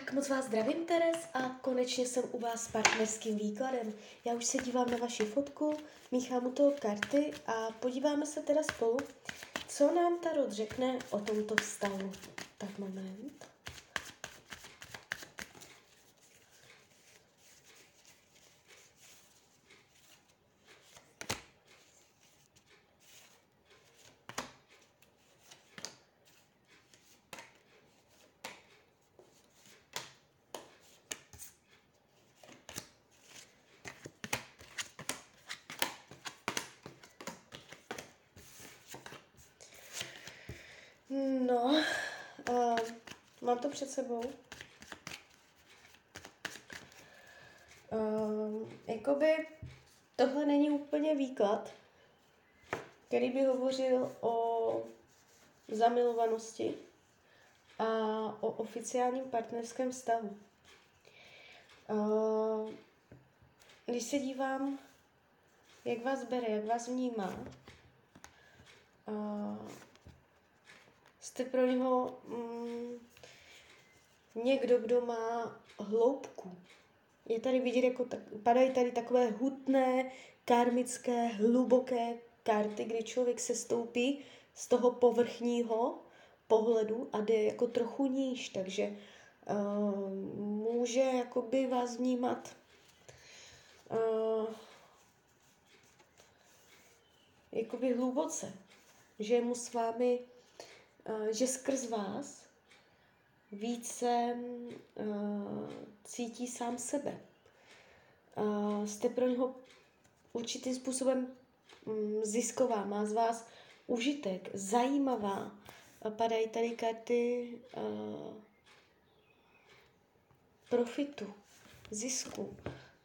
Tak moc vás zdravím, Teres, a konečně jsem u vás s partnerským výkladem. Já už se dívám na vaši fotku, míchám u toho karty a podíváme se teda spolu, co nám tarot řekne o tomto vztahu. Tak moment. No, mám to před sebou. Jakoby tohle není úplně výklad, který by hovořil o zamilovanosti a o oficiálním partnerském vztahu. Když se dívám, jak vás bere, jak vás vnímá, jste pro něho někdo, kdo má hloubku. Je tady vidět, jako padají tady takové hutné, karmické, hluboké karty, kdy člověk se stoupí z toho povrchního pohledu a jde jako trochu níž, takže může jakoby vás vnímat jakoby hluboce, že mu s vámi, že skrz vás více cítí sám sebe. Jste pro něho určitým způsobem zisková, má z vás užitek, zajímavá. Padají tady karty profitu, zisku.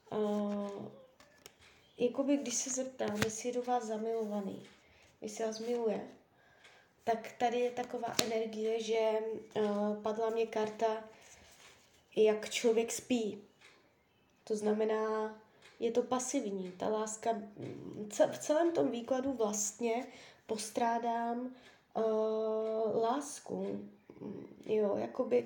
Jakoby když se zeptám, jestli je do vás zamilovaný, jestli vás miluje, tak tady je taková energie, že padla mě karta, jak člověk spí. To znamená, je to pasivní. Ta láska, v celém tom výkladu vlastně postrádám lásku. Jo, jakoby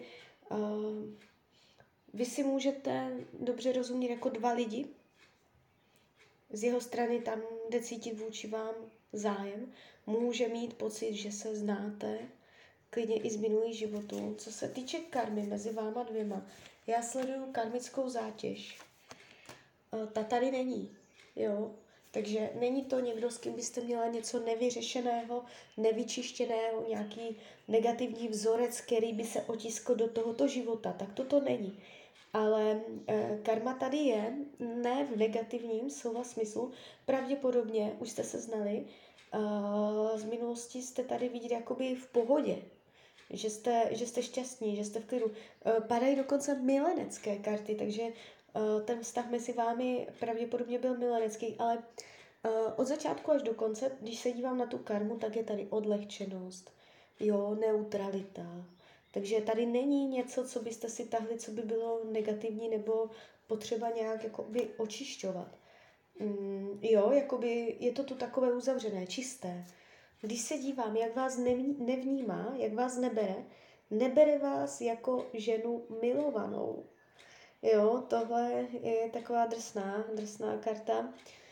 vy si můžete dobře rozumět jako dva lidi. Z jeho strany tam jde cítit vůči vám zájem. Může mít pocit, že se znáte, klidně i z minulých životů. Co se týče karmy mezi váma dvěma, já sleduju karmickou zátěž. Ta tady není, jo. Takže není to někdo, s kým byste měla něco nevyřešeného, nevyčištěného, nějaký negativní vzorec, který by se otiskl do tohoto života. Tak toto není. Ale karma tady je, ne v negativním slova smyslu. Pravděpodobně už jste se znali, z minulosti jste tady vidět jakoby v pohodě, že jste šťastní, že jste v klidu. Padají dokonce milenecké karty, takže ten vztah mezi vámi pravděpodobně byl milenecký, ale od začátku až do konce, když se dívám na tu karmu, tak je tady odlehčenost, jo, neutralita. Takže tady není něco, co byste si tahli, co by bylo negativní nebo potřeba nějak jakoby očišťovat. Jo, jakoby je to tu takové uzavřené, čisté. Když se dívám, jak vás nevnímá, jak vás nebere vás jako ženu milovanou. Jo, tohle je taková drsná karta,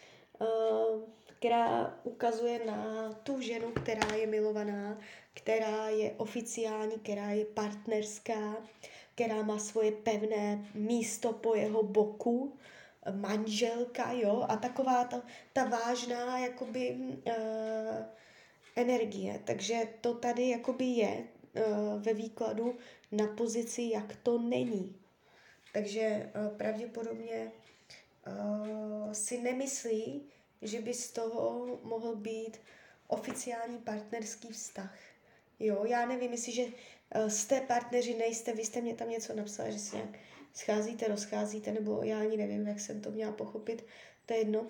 která ukazuje na tu ženu, která je milovaná, která je oficiální, která je partnerská, která má svoje pevné místo po jeho boku, manželka, jo, a taková ta vážná jakoby energie. Takže to tady jakoby je ve výkladu na pozici, jak to není. Takže pravděpodobně si nemyslí, že by z toho mohl být oficiální partnerský vztah. Jo, já nevím, jestliže jste partneři, nejste, vy jste mě tam něco napsala, že si nějak scházíte, rozcházíte, nebo já ani nevím, jak jsem to měla pochopit, to je jedno.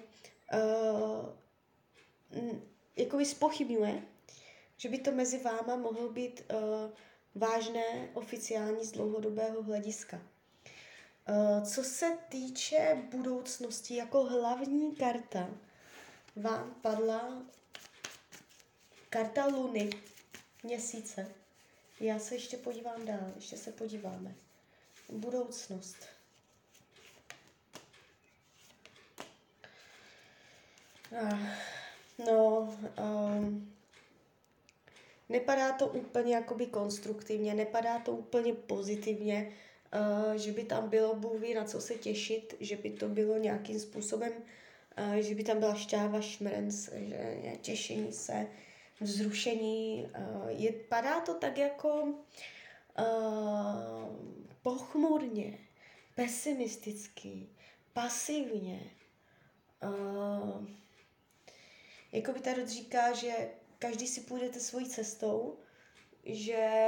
Jakoby zpochybňuje, že by to mezi váma mohlo být vážné, oficiální z dlouhodobého hlediska. Co se týče budoucnosti, jako hlavní karta vám padla karta Luny, měsíce. Já se ještě podívám dál, ještě se podíváme. budoucnost. Nepadá to úplně jakoby konstruktivně, nepadá to úplně pozitivně, že by tam bylo Bůh ví na co se těšit, že by to bylo nějakým způsobem, že by tam byla šťáva, šmrnc, že těšení se, vzrušení. Padá to tak jako pochmurně, pesimisticky, pasivně. Jakoby Tarot říká, že každý si půjdete svojí cestou, že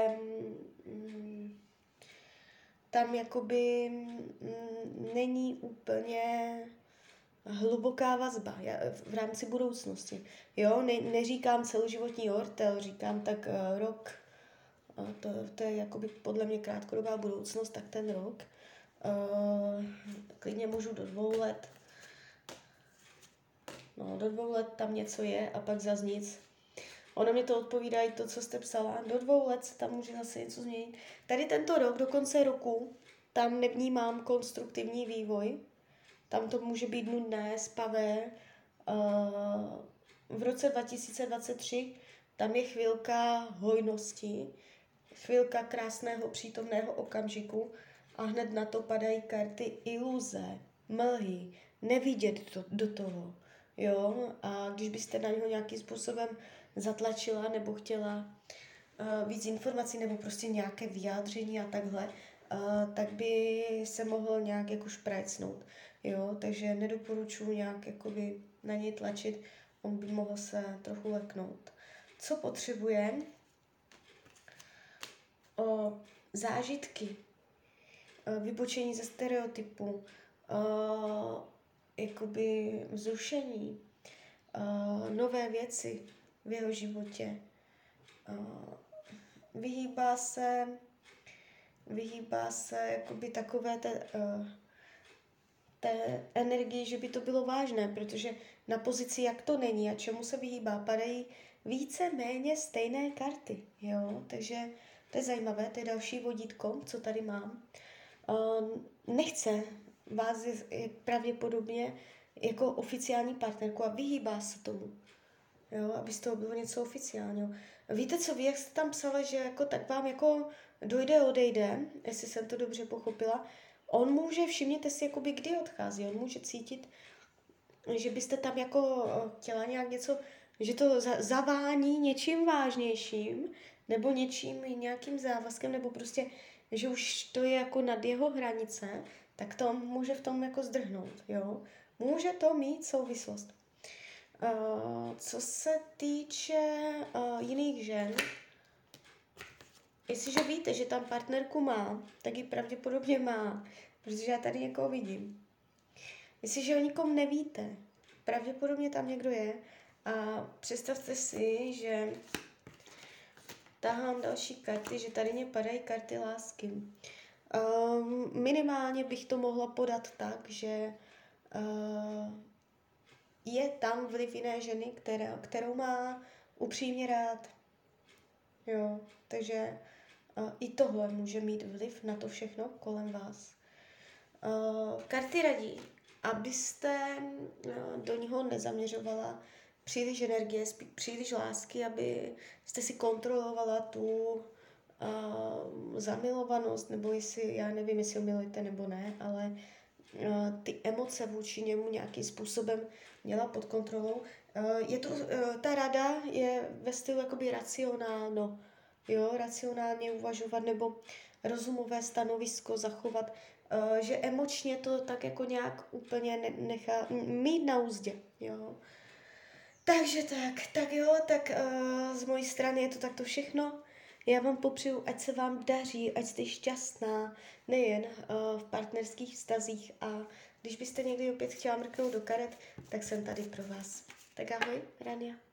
tam jakoby není úplně hluboká vazba v rámci budoucnosti. Jo, neříkám celoživotní ortel, říkám tak rok, to je jakoby podle mě krátkodobá budoucnost, tak ten rok. Klidně můžu do 2 let. No, do 2 let tam něco je a pak zas nic. Ono mě to odpovídá i to, co jste psala. Do 2 let se tam může zase něco změnit. Tady tento rok, do konce roku, tam nevnímám konstruktivní vývoj. Tam to může být nudné, spavé. V roce 2023 tam je chvilka hojnosti, chvilka krásného přítomného okamžiku a hned na to padají karty iluze, mlhy, nevidět do toho. Jo? A když byste na něho nějakým způsobem zatlačila nebo chtěla víc informací nebo prostě nějaké vyjádření a takhle, tak by se mohl nějak jako šprajcnout. Jo? Takže nedoporučuji nějak jakoby na něj tlačit, on by mohl se trochu leknout. Co potřebuje? Zážitky, vybočení ze stereotypu, jakoby vzrušení, nové věci v jeho životě. Vyhýbá se jakoby takové té energii, že by to bylo vážné, protože na pozici, jak to není a čemu se vyhýbá, padají více méně stejné karty. Jo? Takže to je zajímavé, to je další vodítko, co tady mám. Nechce vás je pravděpodobně jako oficiální partnerku a vyhýbá se tomu. Jo, aby z toho bylo něco oficiálního. Víte co, vy jak jste tam psala, že jako tak vám jako dojde, odejde, jestli jsem to dobře pochopila, on může, všimněte si, jakoby kdy odchází, on může cítit, že byste tam jako chtěla nějak něco, že to zavání něčím vážnějším, nebo nějakým závazkem, nebo prostě, že už to je jako nad jeho hranice, tak to může v tom jako zdrhnout, jo. Může to mít souvislost. Co se týče jiných žen, jestliže víte, že tam partnerku má, tak ji pravděpodobně má, protože já tady někoho vidím. Jestliže o nikom nevíte, pravděpodobně tam někdo je a představte si, že tahám další karty, že tady mě padají karty lásky. Minimálně bych to mohla podat tak, že je tam vliv jiné ženy, kterou má upřímně rád. Jo, takže i tohle může mít vliv na to všechno kolem vás. Karty radí, abyste do něho nezaměřovala příliš energie, příliš lásky, aby jste si kontrolovala tu zamilovanost, nebo jestli, já nevím, jestli ho milujete nebo ne, ale ty emoce vůči němu nějakým způsobem měla pod kontrolou. Ta rada je ve stylu jakoby racionálno, jo, racionálně uvažovat nebo rozumové stanovisko zachovat, že emočně to tak jako nějak úplně nechá mít na úzdě, jo. Takže tak z mojí strany je to takto všechno. Já vám popřeju, ať se vám daří, ať jste šťastná, nejen v partnerských vztazích a když byste někdy opět chtěla mrknout do karet, tak jsem tady pro vás. Tak ahoj, Rania.